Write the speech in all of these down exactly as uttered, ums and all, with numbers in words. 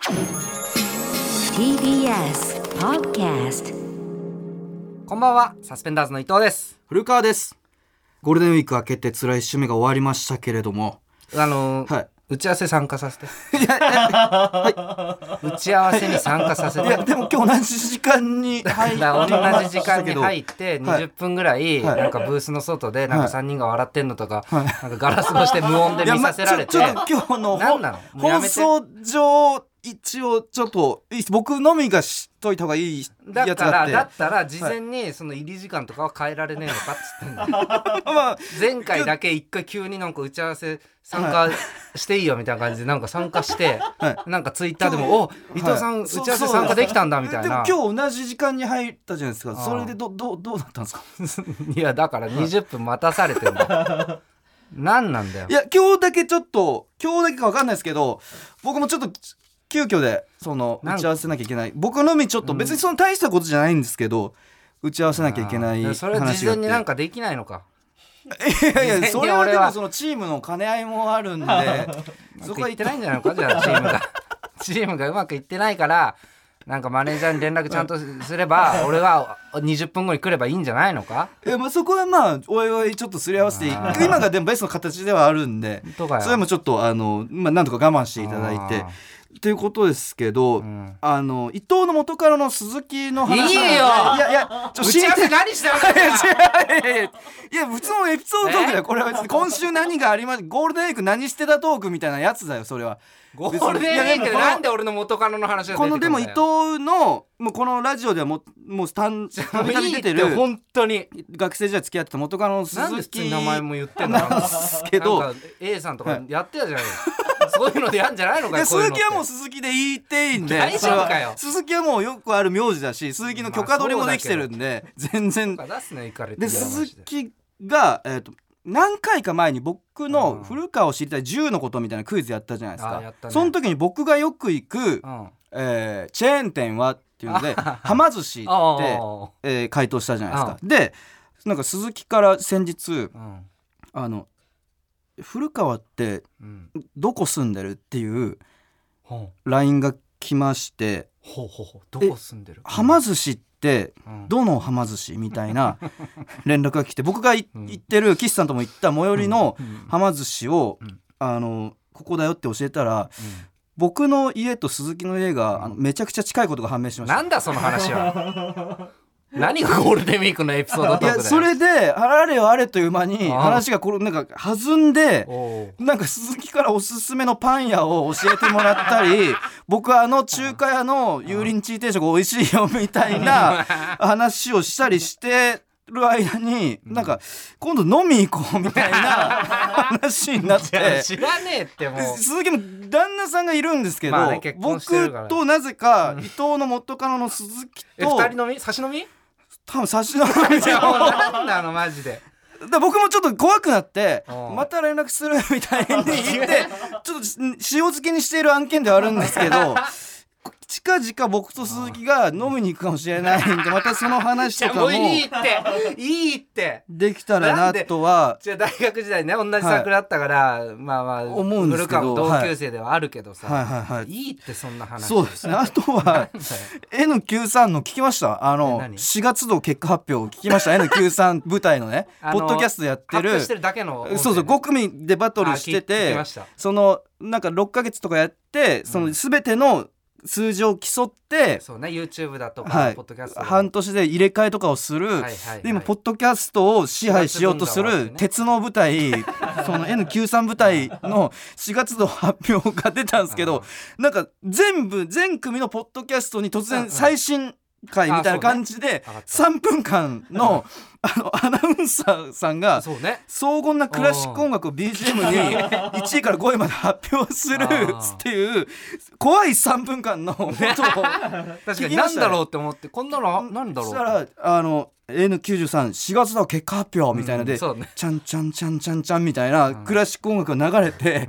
ティービーエス Podcast。 こんばんは、サスペンダーズの伊藤です。 古川です。ゴールデンウィーク明けて辛い週目が終わりましたけれども、 あのーはい打ち合わせ参加させていや、は打ち合わせに参加させい、 ていやでも今日同じ時間に入ってだから同じ時間に入入ってにじゅっぷんぐらいはいなんかブースの外でなんかさんにんが笑ってんのとか、 はいなんかガラス越して無音で見させられて、 いやまちょちょっと今日の何なのもうや放めて送上一応ちょっと僕のみが知っといた方がいいだやつがあってからだったら事前にその入り時間とかは変えられねえのかっつってんだよまあ前回だけ一回急になんか打ち合わせ参加していいよみたいな感じでなんか参加して、 はなんかツイッターでもお伊藤さん打ち合わせ参加できたんだみたいな。 でも今日同じ時間に入ったじゃないですか。 ああそれでどどどうだったんですか。 いやだからにじゅっぷん待たされてんだ何なんだよ。 いや今日だけちょっと今日だけか分かんないですけど、僕もちょっと急遽でその打ち合わせなきゃいけない。僕のみちょっと別にその大したことじゃないんですけど、打ち合わせなきゃいけない話があって。 それは事前になんかできないのか。 いやいやそれはで俺はもそのチームの兼ね合いもあるんでそこは言ってないんじゃないのか。じゃあチームがチームがうまくいってないからなんかマネージャーに連絡ちゃんとすれば俺はにじゅっぷんごに来ればいいんじゃないのか。 いやまあそこはまあおいおいちょっとすり合わせて今がでもベストの形ではあるんでとかよそれもちょっとあの、まあ、なんとか我慢していただいてということですけど、うん、あの伊藤の元カノの鈴木の話いいよ。いやいやちょ打ち合わせ何してるんだよいやいやいや普通のエピソードトークだよこれは。別に今週何がありまゴールデンウィーク何してたトークみたいなやつだよそれは。 ゴールデンウィークでなんで俺の元カノの話が出てくるんだよ。 このでも伊藤のもうこのラジオではもうもうたんたびたび出てる本当に学生時代付き合ってた元カノの鈴木なんで普通に名前も言ってんのなんですけどなんか A さんとかやってたじゃないのそういうのでやんじゃないのかよ。 鈴木はもう鈴木で言っていいんで大丈夫かよ。 鈴木はもうよくある名字だし鈴木の許可取りもできてるんで、まあ、全然出すねイカレで鈴木が、えーと何回か前に僕の古川を知りたいじゅうのことみたいなクイズやったじゃないですか、 ね、 その時に僕がよく行く、 うんえー、チェーン店はっていうのではま寿司って、えー、回答したじゃないですか。でなんか鈴木から先日、うん、あの古川ってどこ住んでるっていう ライン が来まして、 ほうほうほうどこ住んでるはま寿司ってどのはま寿司みたいな連絡が来て僕が行ってる岸さんとも行った最寄りのはま寿司をあのここだよって教えたら僕の家と鈴木の家があのめちゃくちゃ近いことが判明しました。 なんだその話は何がゴールデンウィークのエピソードトークだよ。 いやそれであれよあれという間に話がこれなんか弾んでなんか鈴木からおすすめのパン屋を教えてもらったり僕はあの中華屋の油淋鶏定食美味しいよみたいな話をしたりしてる間になんか今度飲み行こうみたいな話になって知らねえってもう鈴木の旦那さんがいるんですけど、まあね、僕となぜか伊藤の元カノの鈴木とえふたり飲み差し飲み多分差し飲みじゃあなんなのマジでだ僕もちょっと怖くなってまた連絡するみたいに言ってちょっと塩漬けにしている案件ではあるんですけど近々僕と鈴木が飲みに行くかもしれないんでまたその話とかもいいっていいってできたらなとはじゃあ大学時代ね同じサークルだったから、はい、まあまあ思うんですけど同級生ではあるけどさ、 はいはいはいはい、 いいってそんな話。 そうですね。あとは エヌきゅうじゅうさん の聞きましたあのしがつ度結果発表聞きました エヌきゅうじゅうさん 舞台のねポッドキャストやってる発表してるだけの、ね、 そうそうごくみでバトルしててそのなんかろっかげつとかやってその全ての数字を競ってそうね YouTube だとか、 はい、 ポッドキャスト半年で入れ替えとかをする、はいはいはい、で今ポッドキャストを支配しようとする鉄の舞台その エヌきゅうじゅうさん 舞台のしがつ度発表が出たんですけどなんか全部全組のポッドキャストに突然最新回みたいな感じでさんぷんかんのあのアナウンサーさんが荘厳なクラシック音楽を ビージーエム にいちいからごいまで発表するっていう怖いさんぷんかんのことを確かに何だろうって思ってこんなの何だろうそしたらあの エヌきゅうじゅうさん しがつだ結果発表みたいなで、 うんね、 ちゃんちゃんちゃんちゃんちゃんみたいなクラシック音楽が流れて、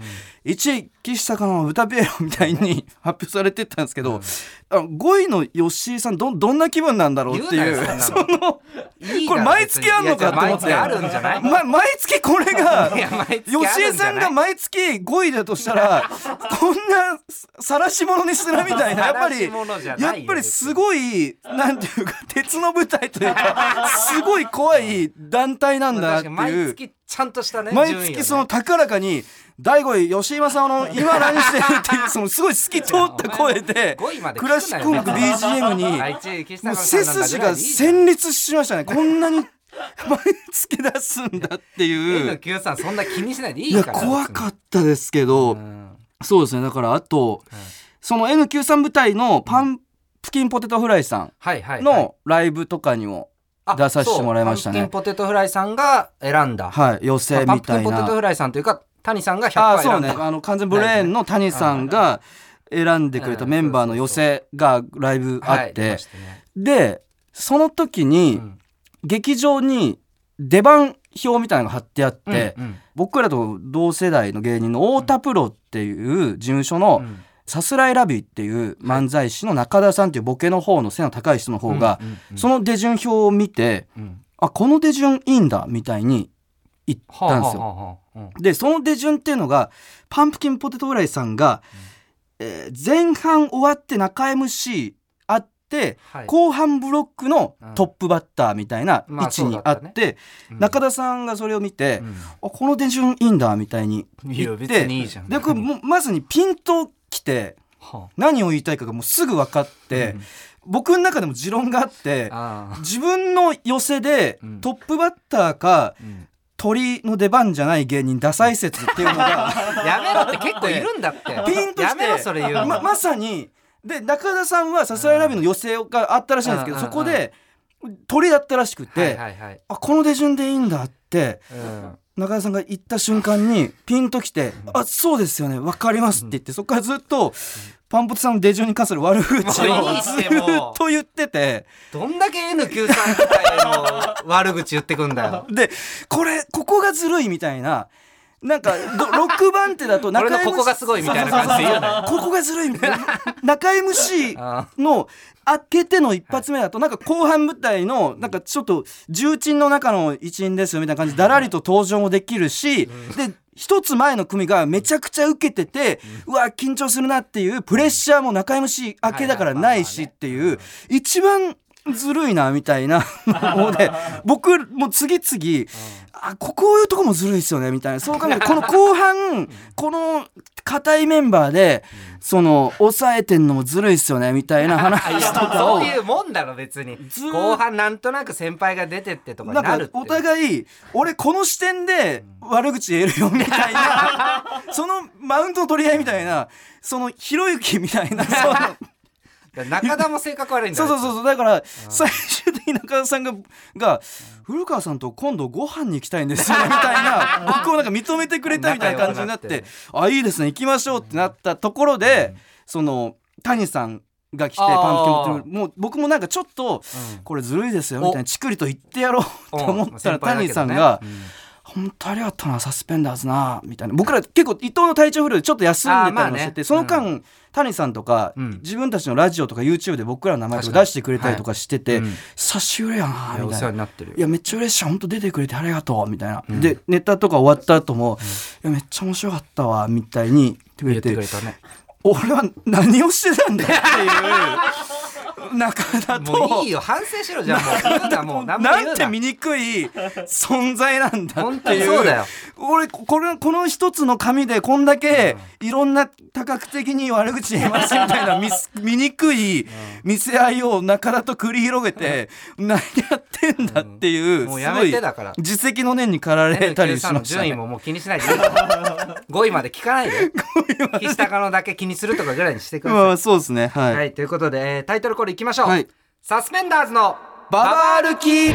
いちい岸高の歌ピエロみたいに発表されてったんですけど、うん、あのごいの吉井さん ど, どんな気分なんだろうっていう、そのいいこれ毎月あんのかと思って、 あるんじゃない、 ま、毎月これが吉井さんが毎月ごいだとしたらこんな晒し者にするみたいな、やっぱりやっぱりすごいなんていうか鉄の舞台というかすごい怖い団体なんだなっていう、 毎月ちゃんとしたね、 毎月その高らかにだいごい吉井正夫の今何してるっていうそのすごい透き通った声でクラシック音楽 ビージーエム にもう背筋が戦慄しましたね。こんなに毎月出すんだっていうエヌきゅうじゅうさん そんな気にしないでいいから。 いや怖かったですけど、うん、そうですね。だからあと、うん、その エヌきゅうじゅうさん 部隊のパンプキンポテトフライさんのライブとかにも出させてもらいましたね。 パンプキンポテトフライさんが選んだ、 はい、寄せみたいな、まあ、パンプキンポテトフライさんというか谷さんがひゃくパーセント選んだ、 あ、そうね、あの完全ブレーンの谷さんが選んでくれたメンバーの寄せがライブあって、はい、でその時に、うん、劇場に出番表みたいなのが貼ってあって、うんうん、僕らと同世代の芸人の太田プロっていう事務所の、うんさすらいラビーっていう漫才師の中田さんっていうボケの方の背の高い人の方が、うんうんうん、その手順表を見て、うん、あこの手順いいんだみたいに言ったんですよ、はあはあはあうん、でその手順っていうのがパンプキンポテトフライさんが、うんえー、前半終わって中 エムシー あって、はい、後半ブロックのトップバッターみたいな位置にあって、まあねうん、中田さんがそれを見て、うん、あこの手順いいんだみたいに言って、いや別にいいじゃん、でこれもまずにピンと来て何を言いたいかがもうすぐ分かって、うん、僕の中でも持論があってあ自分の寄せでトップバッターか、うん、鳥の出番じゃない芸人ダサい説っていうのがやめろって結構いるんだってピンときてやめろそれ言うの、ま、まさにで中田さんはさすらいラビの寄せがあったらしいんですけど、うん、そこで鳥だったらしくて、はいはいはい、あこの手順でいいんだって、うん中田さんが言った瞬間にピンときて、うん、あそうですよね分かりますって言って、うん、そこからずっとパンポテさんの手順に関する悪口をずっと言ってて、 どんだけ エヌきゅうじゅうさん くらいの悪口言ってくんだよでこれここがずるいみたいな、なんかろくばん手だと中 エムシー 俺のここがすごいみたいな感じで言うのここがずるいみたいな中 エムシー の開けての一発目だとなんか後半舞台のなんかちょっと重鎮の中の一員ですよみたいな感じでだらりと登場もできるし、で一つ前の組がめちゃくちゃ受けてて、うわ緊張するなっていうプレッシャーも中 エムシー 明けだからないしっていう一番ずるいなみたいなので僕も次々あここういうとこもずるいですよねみたいな、そう考えるこの後半この固いメンバーでその抑えてんのもずるいっすよねみたいな話とかをそういうもんだろ別に後半なんとなく先輩が出てってとかになるって、 なんかお互い俺この視点で悪口言えるよみたいなそのマウントの取り合いみたいな、そのひろゆきみたいなその中田も性格悪いんだよそうそうそうだから最終的に中田さんがが古川さんと今度ご飯に行きたいんですよねみたいな僕をなんか認めてくれたみたいな感じになってあいいですね行きましょうってなったところで、うん、その谷さんが来てパンプキンもう僕もなんかちょっと、うん、これずるいですよみたいなチクリと言ってやろうと思ったら谷さんが、うん本当ありがとうなサスペンダーズなみたいな、僕ら結構伊藤の体調不良でちょっと休んでたりもしてて、ね、その間、うん、谷さんとか、うん、自分たちのラジオとか YouTube で僕らの名前とか出してくれたりとかしてて、はいうん、久しぶりやなみたいな、いやめっちゃ嬉しい本当出てくれてありがとうみたいな、うん、でネタとか終わった後も、うん、いやめっちゃ面白かったわみたいに言ってくれて、 言ってくれたね、 俺は何をしてたんだっていう中田ともういいよ反省しろじゃあもうもう何も言うななんて醜い存在なんだっていう本当にそうだよ俺これこの一つの紙でこんだけいろんな多角的に悪口言いますみたいな醜い見せ合いを中田と繰り広げて何やってんだっていう、 うん、もうやめてだから自責の念に駆られたりしましたね。 エヌきゅうじゅうさんの順位ももう気にしないでごいまで聞かないで岸高のだけ気にするとかぐらいにしてください、 まあ、そうですね、はい、 はい、ということでタイトルコールいきましょう、 はい、 サスペンダーズのババ歩き。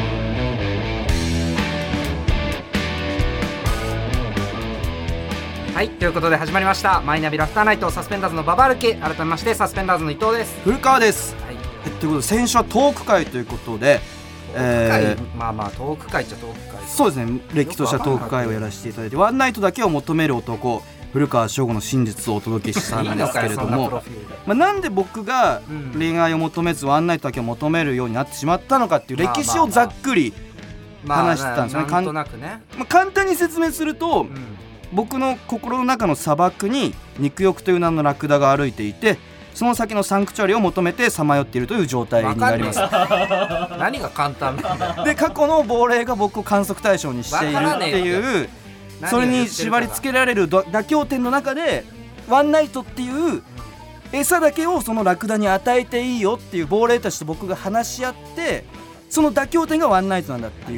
はいということで始まりましたマイナビラフターナイトサスペンダーズのババ歩き、改めましてサスペンダーズの伊藤です。 古川です、はい、ということで先週はトーク会ということでトーク会、えー、まあまあトーク会っちゃトーク会、 そうですね、れっきとしたトーク会をやらせていただいて、ワンナイトだけを求める男古川翔吾の真実をお届けしたんですけれども、 まあ、なんで僕が恋愛を求めずワンナイトだけを求めるようになってしまったのかっていう歴史をざっくり話してたんですよね。 なんとなくね、 まあ、簡単に説明すると、 うん、 僕の心の中の砂漠に肉欲という名のラクダが歩いていて、その先のサンクチュアリを求めてさまよっているという状態になります。 何が簡単なんだよ。 で過去の亡霊が僕を観測対象にしているっていう、それに縛り付けられる妥協点の中でワンナイトっていう餌だけをそのラクダに与えていいよっていう亡霊たちと僕が話し合って、その妥協点がワンナイトなんだっていう。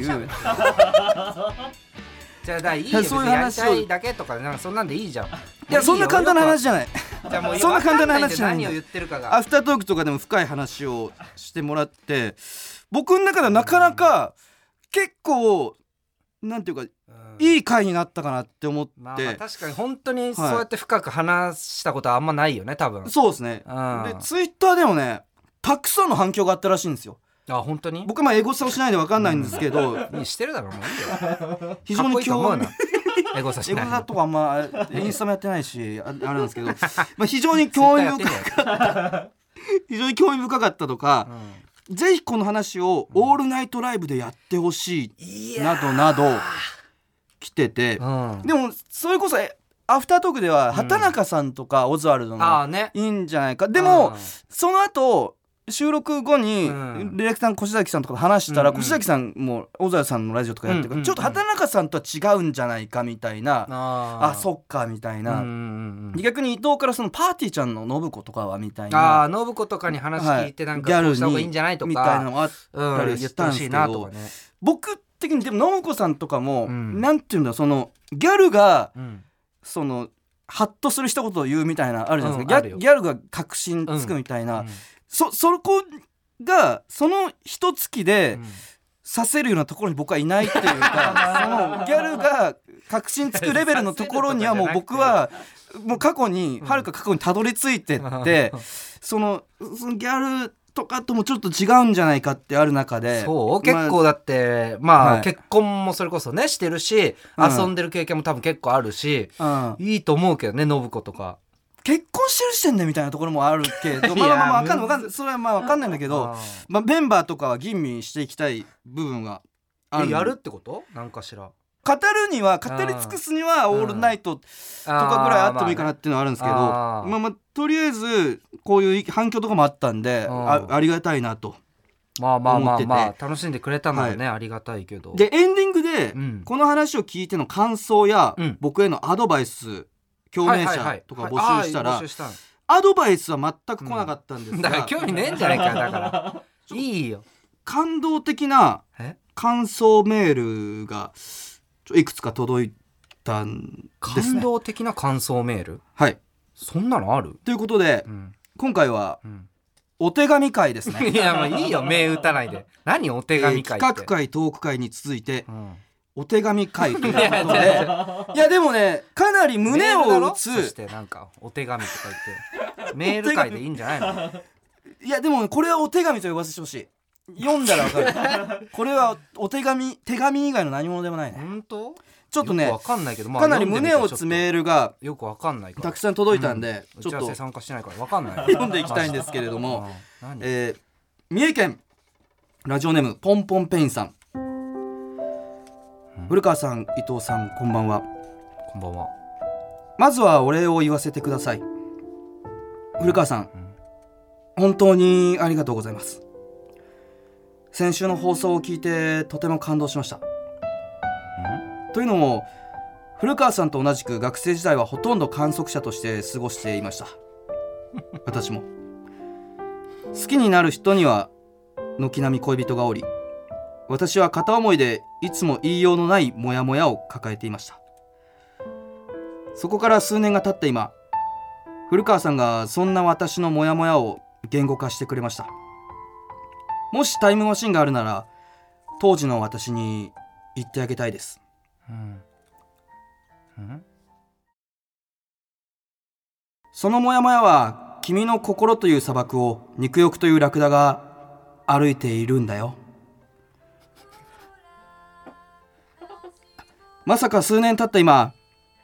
じゃあだいいよ、 そういう話をやりたいだけとかなんかそんなんでいいじゃん。いやそんな簡単な話じゃない。 じゃあもうそんな簡単な話じゃない。 何を言ってるかがアフタートークとかでも深い話をしてもらって、僕の中ではなかなか結構なんていうか、うん、いい回になったかなって思って、 まあ、まあ確かに本当にそうやって深く話したことはあんまないよね多分。 そうですね、うん、でツイッターでもねたくさんの反響があったらしいんですよ。 あ本当に。 僕はまあエゴサをしないで分かんないんですけど、 うん、してるだろうもういいよ。 非常に興味エゴサしないエゴサとかあんまインスタもやってないし あ, あれなんですけど、まあ非常に興味深かった非常に興味深かったとか、うん、ぜひこの話をオールナイトライブでやってほしいなどなど来てて、うん、でもそれこそアフタートークでは畑中さんとかオズワルドのいいんじゃないか、うん、でもその後収録後に、うん、ディレクターの越崎さんとかと話したら、うんうん、越崎さんも小沢さんのラジオとかやってるから、うんうんうん、ちょっと畑中さんとは違うんじゃないかみたいな、ああそっかみたいな、うんうんうん、逆に伊藤からそのパーティーちゃんの信子とかはみたいな、 あ信子とかに話聞いてなんかこうした方がいいんじゃないとかみたいなのもあったりしたんですけど、うんね、僕的にでも信子さんとかも、うん、なんていうんだそのギャルが、うん、そのハッとする一言を言うみたいなあるじゃないですか、うん、ギ, ャギャルが確信つくみたいな、うんうん、そ, そこがその一月でさせるようなところに僕はいないっていうか、そのギャルが確信つくレベルのところにはもう僕はもう過去にはるか過去にたどり着いてって、うん、そのそのギャルとかともちょっと違うんじゃないかってある中で、 そう結構だってまあ、はい、結婚もそれこそねしてるし、うん、遊んでる経験も多分結構あるし、うん、いいと思うけどね信子とか。 結婚してる時点でみたいなところもあるけどまあまあまあ分かんない分かんないそれはまあ分かんないんだけどまあ、メンバーとかは吟味していきたい部分がある。 やるってことなんかしら語るには語り尽くすにはオールナイトとかぐらいあってもいいかなっていうのはあるんですけど、あ、まあまあとりあえずこういう反響とかもあったんで あ, ありがたいなとまあまあまあまあ楽しんでくれたのはね、はい、ありがたいけど、 でエンディングで、うん、この話を聞いての感想や、うん、僕へのアドバイス共鳴者とか募集したら、アドバイスは全く来なかったんですが、うん、 だから興味ねえんじゃないかだからいいよ。 感動的な感想メールがいくつか届いたんですね。 感動的な感想メール、 はい、 そんなのあるということで、うん、今回は、うん、お手紙会ですね。 いやもういいよ目打たないで。何お手紙会って、 えー、企画会トーク会に続いて、うん、お手紙会ということでいやでもねかなり胸を打つ、 そしてなんかお手紙とか言ってメール会でいいんじゃないの。 いやでも、ね、これはお手紙と呼ばせてほしい。読んだら分かるこれはお手紙手紙以外の何物でもないね。 本当ちょっとねよくわかんないけど、まあ、 かなり胸を打つメールがよくわかんないたくさん届いたんで、 うん、ちょっと参加してないからわかんない読んでいきたいんですけれどもえー、三重県ラジオネームポンポンペインさん、うん、古川さん伊藤さんこんばんは。 こんばんは。 まずはお礼を言わせてください。古川さん、うん、本当にありがとうございます。先週の放送を聞いてとても感動しました。というのも古川さんと同じく学生時代はほとんど観測者として過ごしていました。私も好きになる人には軒並み恋人がおり、私は片思いでいつも言いようのないモヤモヤを抱えていました。そこから数年が経った今、古川さんがそんな私のモヤモヤを言語化してくれました。もしタイムマシンがあるなら当時の私に言ってあげたいです。うんうん、そのモヤモヤは君の心という砂漠を肉欲というラクダが歩いているんだよ。まさか数年経った今、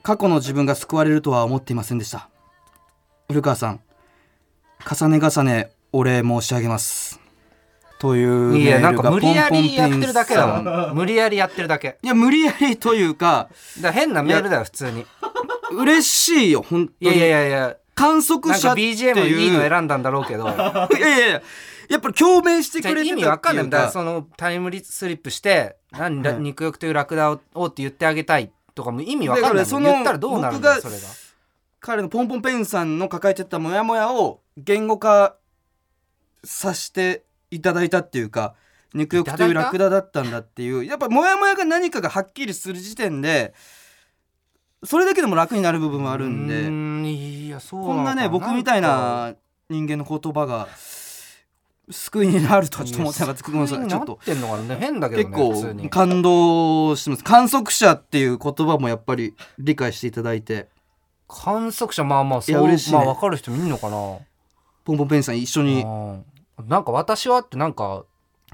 過去の自分が救われるとは思っていませんでした。古川さん、重ね重ねお礼申し上げますというメールが。いやなんか無理やりやってるだけだもん。無理やりやってるだけ。 いや無理やりというか、 だから変なメールだよ普通に。 嬉しいよ本当に。 いやいやいや観測者っていう、なんかビージーエム いいの選んだんだろうけど。いやいやいややっぱり共鳴してくれてたっていうか。 意味わかんないんだ。そのタイムリスリップして何、はい、肉欲というラクダをって言ってあげたいとかも意味わかんないもん。言ったらどうなるんだよそれが。彼のポンポンペンさんの抱えてたモヤモヤを言語化させていただいたっていうか、肉欲というラクダだったんだっていう、やっぱモヤモヤが何かがはっきりする時点でそれだけでも楽になる部分もあるんで。うーん、いやそうなのかな。こんなね僕みたいな人間の言葉が救いになるとはちょっと思ってなかった。 救いになってんのかな、変だけどね。 結構感動してます。観測者っていう言葉もやっぱり理解していただいて。 観測者まあまあそう、いや嬉しいね。まあ分かる人もいるのかな。 ポンポンペンさん一緒に。 なんか私はってなんか、はい、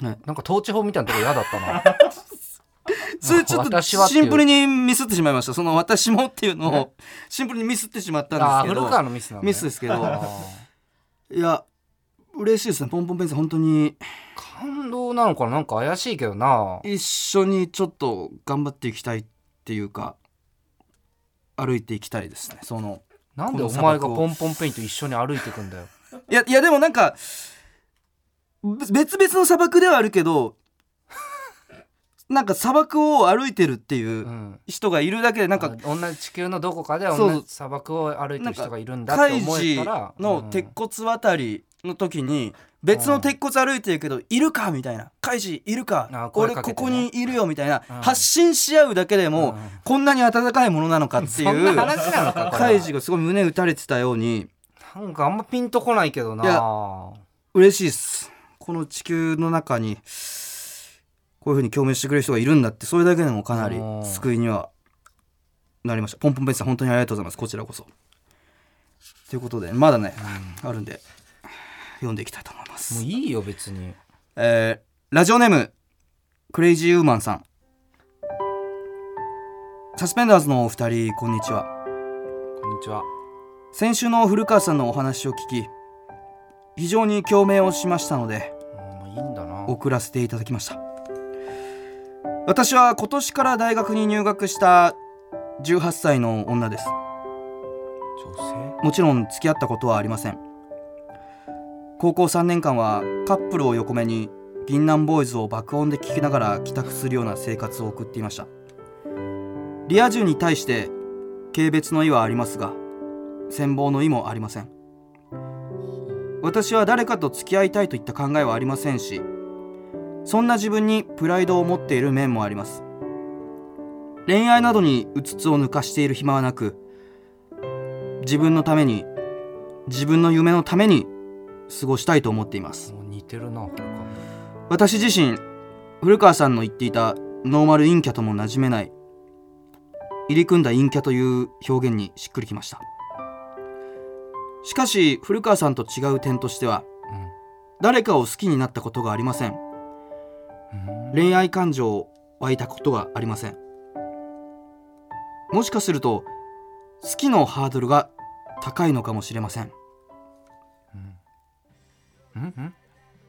なんか統治法みたいなところ嫌だったな。 それちょっとシンプルにミスってしまいました。その私もっていうのをシンプルにミスってしまったんですけど。 古川のミスなのね。 ミスですけど。いや嬉しいですね。ポンポンペンさん本当に感動なのかな。なんか怪しいけどな。 一緒にちょっと頑張っていきたいっていうか歩いていきたいですね。そのなんでお前がポンポンペインと一緒に歩いていくんだよ。 いやいやでもなんか別々の砂漠ではあるけどなんか砂漠を歩いてるっていう人がいるだけで、なんか、 うん、同じ地球のどこかで同じ砂漠を歩いてる人がいるんだって思えたら、 カイジの鉄骨渡りの時に別の鉄骨歩いてるけどいるかみたいな、カイジいるか、ね、俺ここにいるよみたいな、うん、発信し合うだけでも、うん、こんなに温かいものなのかっていうカイジがすごい胸打たれてたように。 なんかあんまピンとこないけどな。 いや嬉しいっす。この地球の中にこういう風に共鳴してくれる人がいるんだって、それだけでもかなり救いにはなりました。ポンポンペンさん本当にありがとうございます。こちらこそということでまだね、うん、あるんで読んでいきたいと思います。 もういいよ別に。 えー、ラジオネームクレイジーウーマンさん。サスペンダーズのお二人こんにちは。 こんにちは。 先週の古川さんのお話を聞き非常に共鳴をしましたので、 いいんだな。 送らせていただきました。私は今年から大学に入学したじゅうはっさいの女です。 女性？ もちろん付き合ったことはありません。高校さんねんかんはカップルを横目に銀杏ボーイズを爆音で聴きながら帰宅するような生活を送っていました。リア充に対して軽蔑の意はありますが羨望の意もありません。私は誰かと付き合いたいといった考えはありませんし、そんな自分にプライドを持っている面もあります。恋愛などにうつつを抜かしている暇はなく、自分のために自分の夢のために過ごしたいと思っています。 似てるな。 私自身古川さんの言っていたノーマル陰キャとも馴染めない入り組んだ陰キャという表現にしっくりきました。しかし古川さんと違う点としては、うん、誰かを好きになったことがありません。うん、恋愛感情湧いたことがありません。もしかすると好きのハードルが高いのかもしれません。うんうんうん、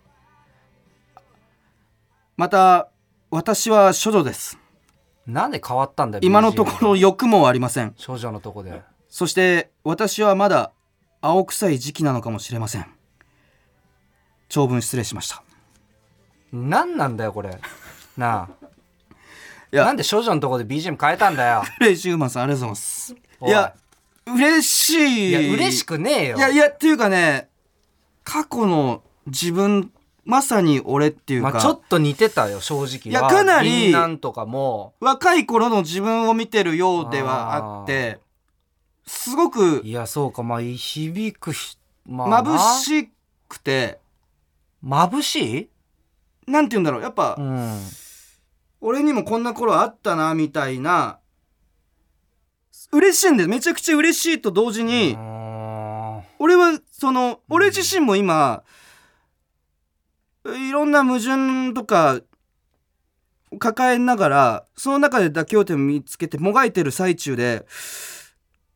また私は処女です。 なんで変わったんだよ。 今のところ欲もありません。 処女のとこで。 そして私はまだ青臭い時期なのかもしれません。長文失礼しました。 何なんだよこれなあ。いやなんで処女のとこで ビージーエム 変えたんだよ。 レイジウーマンさんありがとうございます。いや嬉しい。 いや嬉しくねえよ。 いやいやっていうかね、過去の自分まさに俺っていうか、 まあ、ちょっと似てたよ正直は。いやかなりなんとかも若い頃の自分を見てるようではあって、すごくいやそうか、まあ響くひ、 まあ、眩しくて。 眩しいなんて言うんだろう、やっぱ、うん、俺にもこんな頃あったなみたいな。嬉しいんです。めちゃくちゃ嬉しいと同時に、俺はその俺自身も今、うん、いろんな矛盾とか抱えながらその中で妥協点を見つけてもがいてる最中で、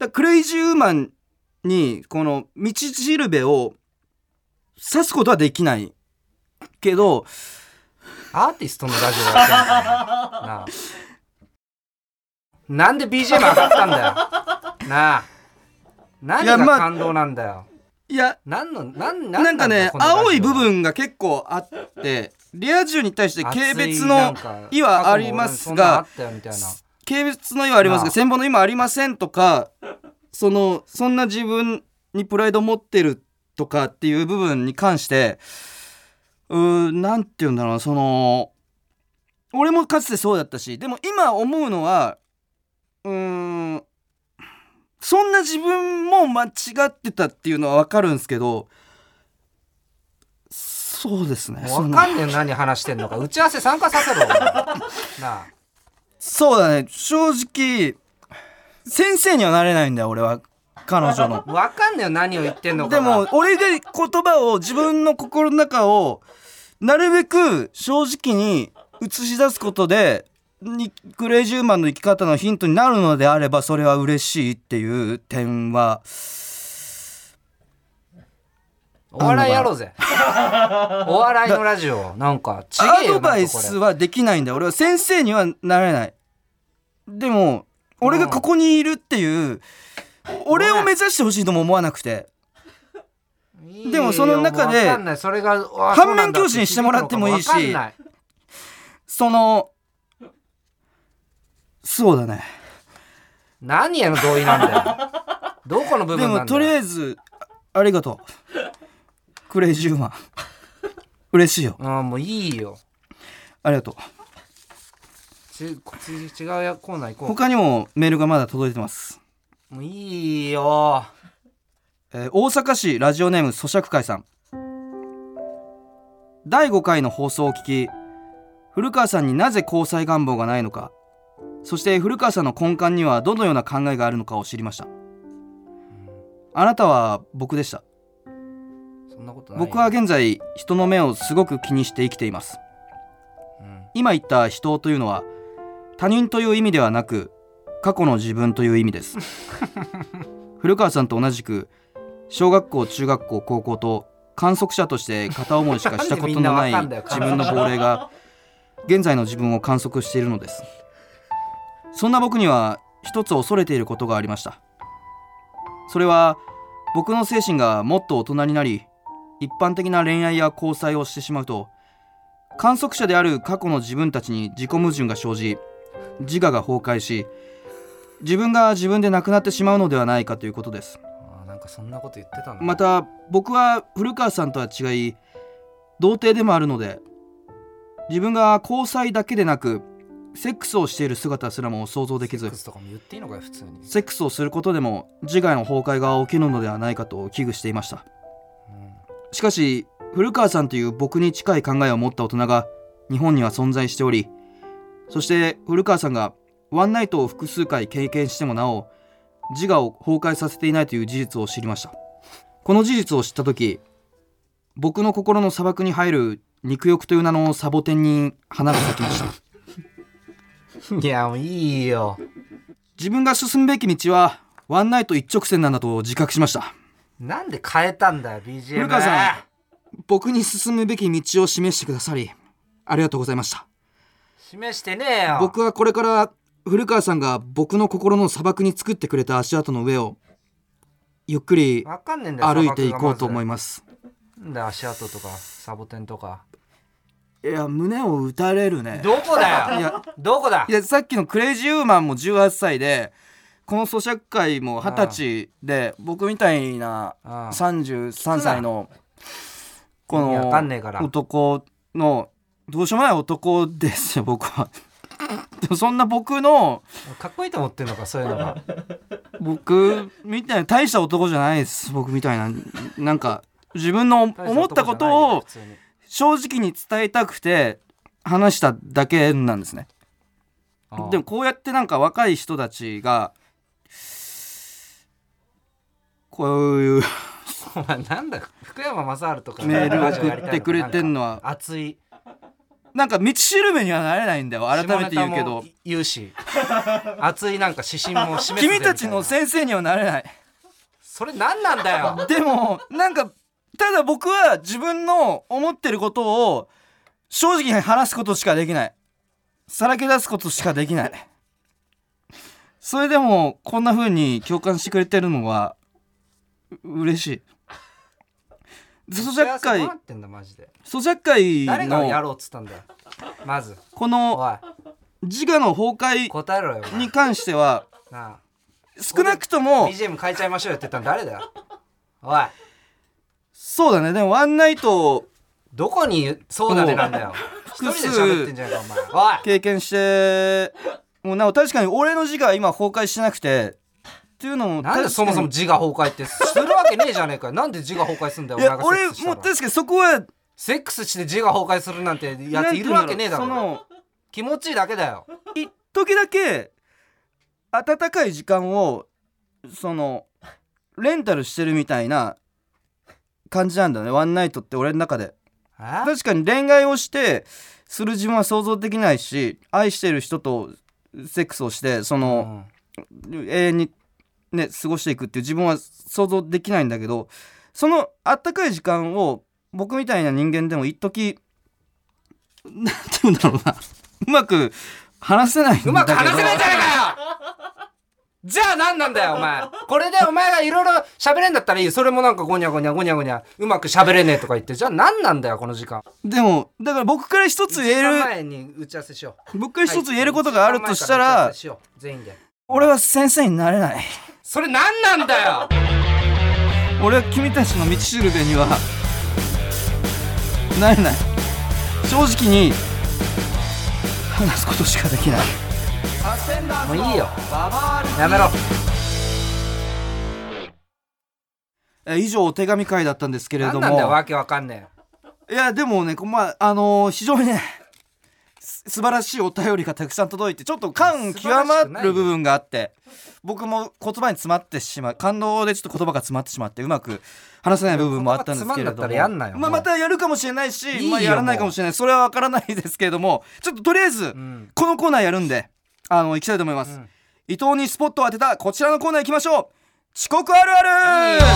だクレイジーウーマンにこの道しるべを刺すことはできないけど、 アーティストのラジオやってんだよなあ、なんで ビージーエム 上がったんだよなあ、何が感動なんだよ。 いや、 なんのなんなんなんかね、青い部分が結構あって、リア充に対して軽蔑の意はありますが、軽蔑の意はありますが、羨望の意もありませんとか、そのそんな自分にプライド持ってるとかっていう部分に関して、うーん、なんて言うんだろう、その俺もかつてそうだったし、でも今思うのは、うーん、そんな自分も間違ってたっていうのは分かるんですけど、そうですね、 分かんねえ、何話してんのか。打ち合わせ参加させろなあ。 そうだね、正直先生にはなれないんだよ俺は、彼女の。 分かんねえよ何を言ってんのか。 でも俺が言葉を、自分の心の中をなるべく正直に映し出すことでクレイジーウーマンの生き方のヒントになるのであれば、それは嬉しいっていう点は。 お笑いやろうぜお笑いのラジオなんかちげえよ。 アドバイスはできないんだよ俺は、先生にはなれない。でも俺がここにいるっていう、うん、俺を目指してほしいとも思わなくて、でもその中で反面教師にしてもらってもいいし、そのそうだね、 何への同意なんだよどこの部分なんだよ。 でもとりあえずありがとうクレイジーウーマン嬉しいよ。 ああもういいよ、 ありがとう。 ちち違うやコーナー行こう。 他にもメールがまだ届いてます。 もういいよ、 えー、大阪市ラジオネーム咀嚼会さん。だいごかいの放送を聞き、古川さんになぜ交際願望がないのか、そして古川さんの根幹にはどのような考えがあるのかを知りました。あなたは僕でした。 そんなことないよ。 僕は現在人の目をすごく気にして生きています、うん、今言った人というのは他人という意味ではなく、過去の自分という意味です古川さんと同じく小学校、中学校、高校と観測者として片思いしかしたことのない自分の亡霊が現在の自分を観測しているのです。そんな僕には一つ恐れていることがありました。それは僕の精神がもっと大人になり、一般的な恋愛や交際をしてしまうと、観測者である過去の自分たちに自己矛盾が生じ、自我が崩壊し、自分が自分でなくなってしまうのではないかということです。 あ、なんかそんなこと言ってたんだ。 また僕は古川さんとは違い童貞でもあるので、自分が交際だけでなくセックスをしている姿すらも想像できず、 セックスとかも言っていいのかよ普通に。 セックスをすることでも自我の崩壊が起きるのではないかと危惧していました、うん、しかし古川さんという僕に近い考えを持った大人が日本には存在しており、そして古川さんがワンナイトを複数回経験してもなお自我を崩壊させていないという事実を知りました。この事実を知った時、僕の心の砂漠に入る肉欲という名のサボテンに花が咲きましたいやもういいよ。 自分が進むべき道はワンナイト一直線なんだと自覚しました。 なんで変えたんだよ ビージーエム。 古川さん、僕に進むべき道を示してくださりありがとうございました。 示してねえよ。 僕はこれから古川さんが僕の心の砂漠に作ってくれた足跡の上をゆっくり歩いていこうと思います。 なんで足跡とかサボテンとか。 いや胸を打たれるね。 どこだよ。いやどこだ。 いやさっきのクレイジーウーマンもじゅうはっさいで、この咀嚼会もはたちで、僕みたいなさんじゅうさんさいのこの男のどうしようもない男ですよ僕は。でもそんな僕のかっこいいと思ってんのかそういうのが。 僕みたいな大した男じゃないです。僕みたいななんか自分の思ったことを正直に伝えたくて話しただけなんですね。ああ、でもこうやってなんか若い人たちがこういうお前なんだ福山雅治とかメールを送ってくれてんのは熱いなんか道しるべにはなれないんだよ。改めて言うけど言うし熱いなんか指針も示す君たちの先生にはなれない。 それ何なんだよ。 でもなんかただ僕は自分の思ってることを正直に話すことしかできない。さらけ出すことしかできない。それでもこんな風に共感してくれてるのは嬉しい。咀嚼会どうなってんだマジで。 咀嚼会誰がやろのうっつったんだよ。まずこのおい自我の崩壊答えろよに関してはなあ少なくともビージーエム 変えちゃいましょうよって言ったの誰だよ。おいそうだね。でもワンナイトどこにそうだねなんだよ。一人で喋ってんじゃないかお前。おい経験してもうなお確かに俺の自我は今崩壊してなくてっていうのもなんでそもそも自我崩壊ってするわけねえじゃねえかよ。なんで自我崩壊すんだよ。 いやお前がセックスしたら俺も確かにそこはセックスして自我崩壊するなんてやついるわけねえだろ。 その気持ちいいだけだよ。 一時だけ温かい時間をそのレンタルしてるみたいな感じなんだよねワンナイトって俺の中で。確かに恋愛をしてする自分は想像できないし愛してる人とセックスをしてその、うん、永遠にね過ごしていくっていう自分は想像できないんだけどそのあったかい時間を僕みたいな人間でも一時なんて言うんだろうなうまく話せないんだけど。 うまく話せないじゃないかよ。じゃあ何なんだよお前。これでお前がいろいろ喋れんだったらいいよ。それもなんかゴニャゴニャゴニャゴニャうまく喋れねえとか言って、じゃあ何なんだよこの時間。 でもだから僕から一つ言える前に打ち合わせしよう。僕から一つ言えることがあるとしたら、はい、 全員で俺は先生になれない。 それ何なんだよ。 俺は君たちの道しるべにはなれない。正直に話すことしかできない。 もういいよやめろ。 え以上お手紙会だったんですけれども。 何なんだよわけわかんねえ。いやでもね、まああのー、非常にね素晴らしいお便りがたくさん届いてちょっと感極まる部分があって僕も言葉に詰まってしまう感動でちょっと言葉が詰まってしまってうまく話せない部分もあったんですけれども、まあ、またやるかもしれないしいい、まあ、やらないかもしれないそれは分からないですけれどもちょっととりあえず、うん、このコーナーやるんであの行きたいと思います、うん、伊藤にスポットを当てたこちらのコーナー行きましょう。遅刻あるある。いい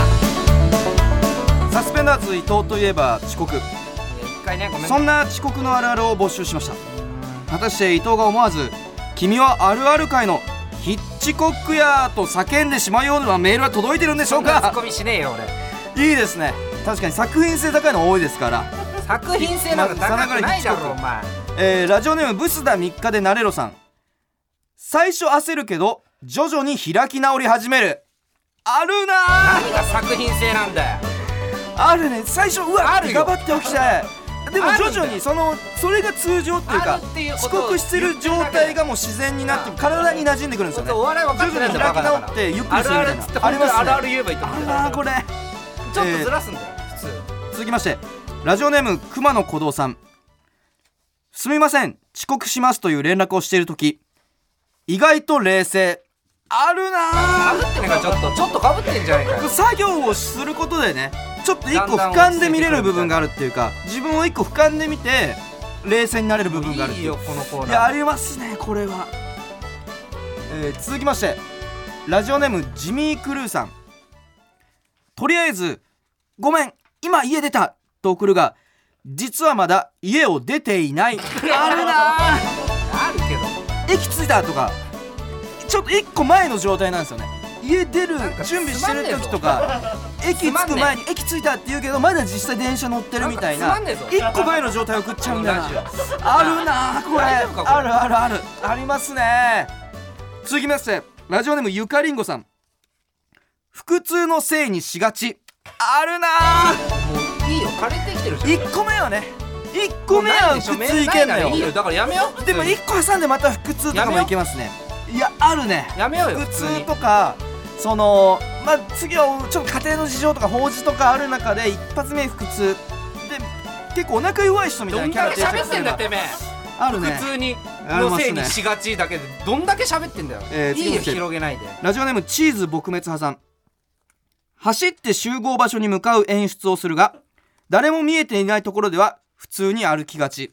サスペンダーズ伊藤といえば遅刻。ね、そんな遅刻のあるあるを募集しました。果たして伊藤が思わず君はあるある界のヒッチコックやと叫んでしまうようなメールは届いてるんでしょうか。 そんなツッコミしねえよ俺。いいですね。確かに作品性高いの多いですから。 作品性なんか高くないだろお前。 えー、ラジオネームブスダみっかでなれろさん。最初焦るけど徐々に開き直り始める。あるなー。 何が作品性なんだよ。 あるね。最初うわって頑張って起きてでも徐々にそのそれが通常っていうか遅刻してる状態がもう自然になって体に馴染んでくるんですよね。 お笑い分かってないんだよ。 徐々に開き直ってゆっくりするみたいな。 あるあるっつって本当にあるある言えばいいと思うんだよ。 あーこれちょっとずらすんだよ、えー、普通。 続きましてラジオネーム熊野古道さん。すみません遅刻しますという連絡をしているとき意外と冷静。あるなー。 かぶってねえかちょっとちょっとかぶってんじゃないかよ。 作業をすることでねちょっと一個俯瞰で見れる部分があるっていうか自分を一個俯瞰で見て冷静になれる部分があるっていう。 いいよこのコーナー。 いやありますねこれは、えー、続きましてラジオネームジミー・クルーさん。とりあえずごめん今家出たと送るが実はまだ家を出ていない。あるなあるけど駅着いたとかちょっと一個前の状態なんですよね。家出る準備してる時とか駅着く前に駅着いたって言うけどまだ実際電車乗ってるみたいな一個前の状態を送っちゃうんだよな。あるなこれ。あるあるあるありますね。続きましてラジオネームゆかりんごさん。腹痛のせいにしがち。あるなもういいよ枯れてきてるじゃん。 いっこめはねいっこめは腹痛いけんのよ。 いいよだからやめよう。 でもいっこ挟んでまた腹痛とかもいけますね。いやあるね。 やめようよ。 腹痛とかそのまあ次はちょっと家庭の事情とか法事とかある中で一発目腹痛で結構お腹弱い人みたいなキャラ定着する。どんだけ喋ってんだてめえ。 あるね。 普通にのせいにしがちだけでどんだけ喋ってんだよ、えー、いいよ広げないで。 ラジオネームチーズ撲滅派さん。走って集合場所に向かう演出をするが誰も見えていないところでは普通に歩きがち。あ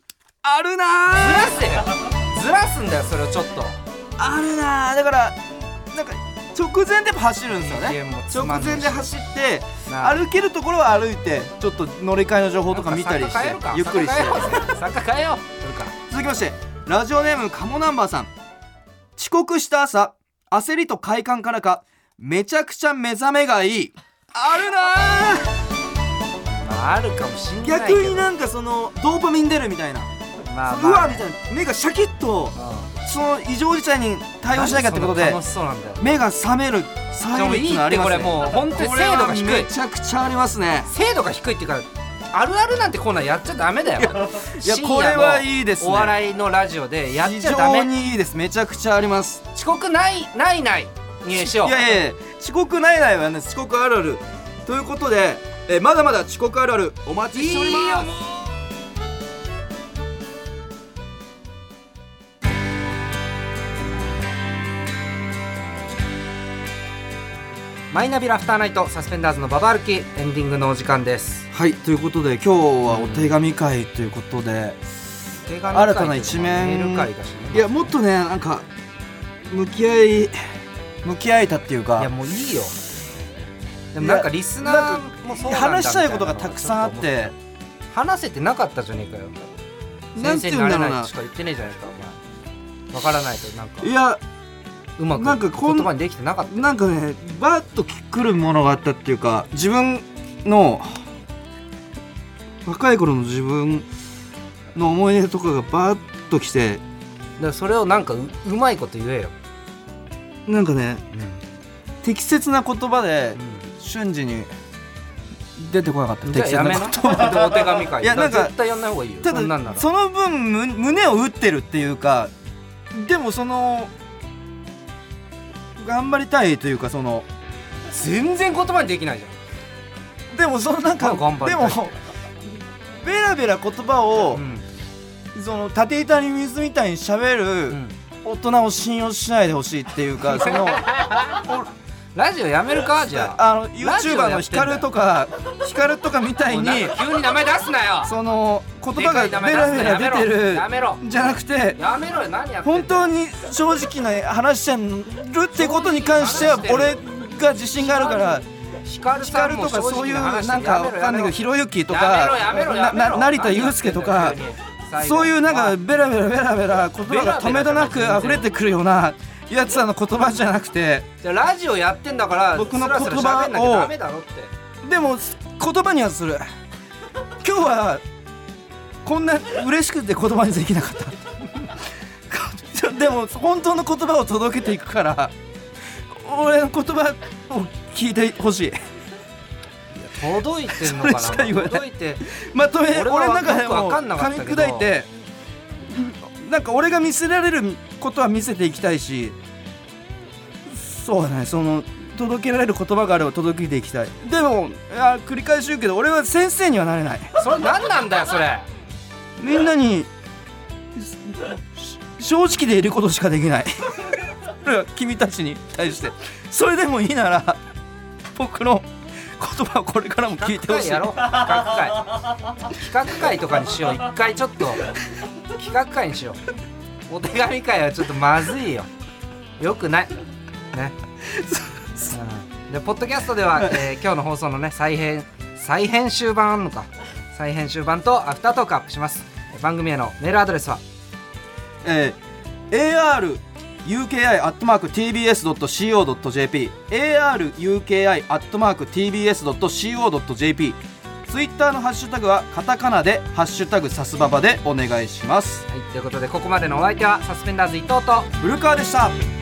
あるなずらせよずらすんだよそれをちょっとあるなだからなんか直前でも走るんですよね直前で走って歩けるところは歩いてちょっと乗り換えの情報とか見たりしてゆっくりして参加変えよう続きましてラジオネームカモナンバーさん遅刻した朝焦りと快感からかめちゃくちゃ目覚めがいいあるなまああるかもしんないけど逆になんかそのドーパミン出るみたいなまあうわみたいな目がシャキッとその異常事態に対応しなきゃってことで目が覚めるサインっていうのありますね。 これもう本当に精度が低いめちゃくちゃありますね。 精度が低いっていうかあるあるなんてコーナーやっちゃダメだよ。いやこれはいいですね。 お笑いのラジオでやっちゃダメ。 非常にいいです。めちゃくちゃあります。 遅刻ないないないにしよう。 いやいやいや遅刻ないないはね遅刻あるあるということで、えまだまだ遅刻あるあるお待ちしております。いいよもうマイナビラフターナイトサスペンダーズのババ歩きエンディングのお時間です。 はいということで今日はお手紙会ということで、うん、新たな一面いやもっとねなんか向き合い向き合えたっていうかいやもういいよ。でもなんかリスナーもそうなんだ話したいことがたくさんあって話せてなかったじゃねえかよ。先生になれないとしか言ってねえじゃねえかお前。わからないとなんかいやうまく言葉にできてなかった。 なんかねバッとくるものがあったっていうか自分の若い頃の自分の思い出とかがバッときてだからそれをなんか う, うまいこと言えよ。 なんかね、うん、適切な言葉で、 うん、 瞬時に出てこなかった。 じゃあやめなお手紙会いやなんか絶対やんない方がいいよ。 ただそんなんならその分む胸を打ってるっていうかでもその頑張りたいというかその全然言葉にできないじゃん。でもそのなんかでもベラベラ言葉を、うん、その縦板に水みたいに喋る大人を信用しないでほしいっていうか、うん、そのラジオやめるかじゃあ。 あの YouTuber のヒカルとかヒカルとかみたいに急に名前出すなよ。 その言葉がベラベラ出てるじゃなくてやめろよ何やってんだよ。 本当に正直な話してるってことに関しては俺が自信があるからヒカルとかそういうなんかわかんないけどひろゆきとか成田悠輔とかそういうなんかベラベラベラベラ言葉が止めどなく溢れてくるようなやつらの言葉じゃなくてじゃラジオやってんだから僕の言葉をでも言葉にはする。今日はこんな嬉しくて言葉にできなかったでも本当の言葉を届けていくから俺の言葉を聞いてほしい。 届いてんのかな。届いてまとめ俺の中でも噛み砕いてなんか俺が見せられることは見せていきたいしそうだねその届けられる言葉があれば届けていきたい。でもいや繰り返し言うけど俺は先生にはなれない。 それ何なんだよそれ。 みんなに正直でいることしかできない君たちに対してそれでもいいなら僕の言葉をこれからも聞いてほしい。 企画会企画会とかにしよう。一回ちょっと企画会にしよう。お手紙会はちょっとまずいよ。よくないねうん、でポッドキャストでは、えー、今日の放送のね再編再編集版あんのか再編集版とアフタートークアップします。番組へのメールアドレスは、 えー、エーアールユーケーアイ アットマーク ティービーエス ドット シーオー ドット ジェーピー エーアールユーケーアイ アットマーク ティービーエス ドット シーオー ドット ジェーピー ツイッターのハッシュタグはカタカナでハッシュタグサスババでお願いします。 はいということでここまでのお相手はサスペンダーズ伊藤と古川でした。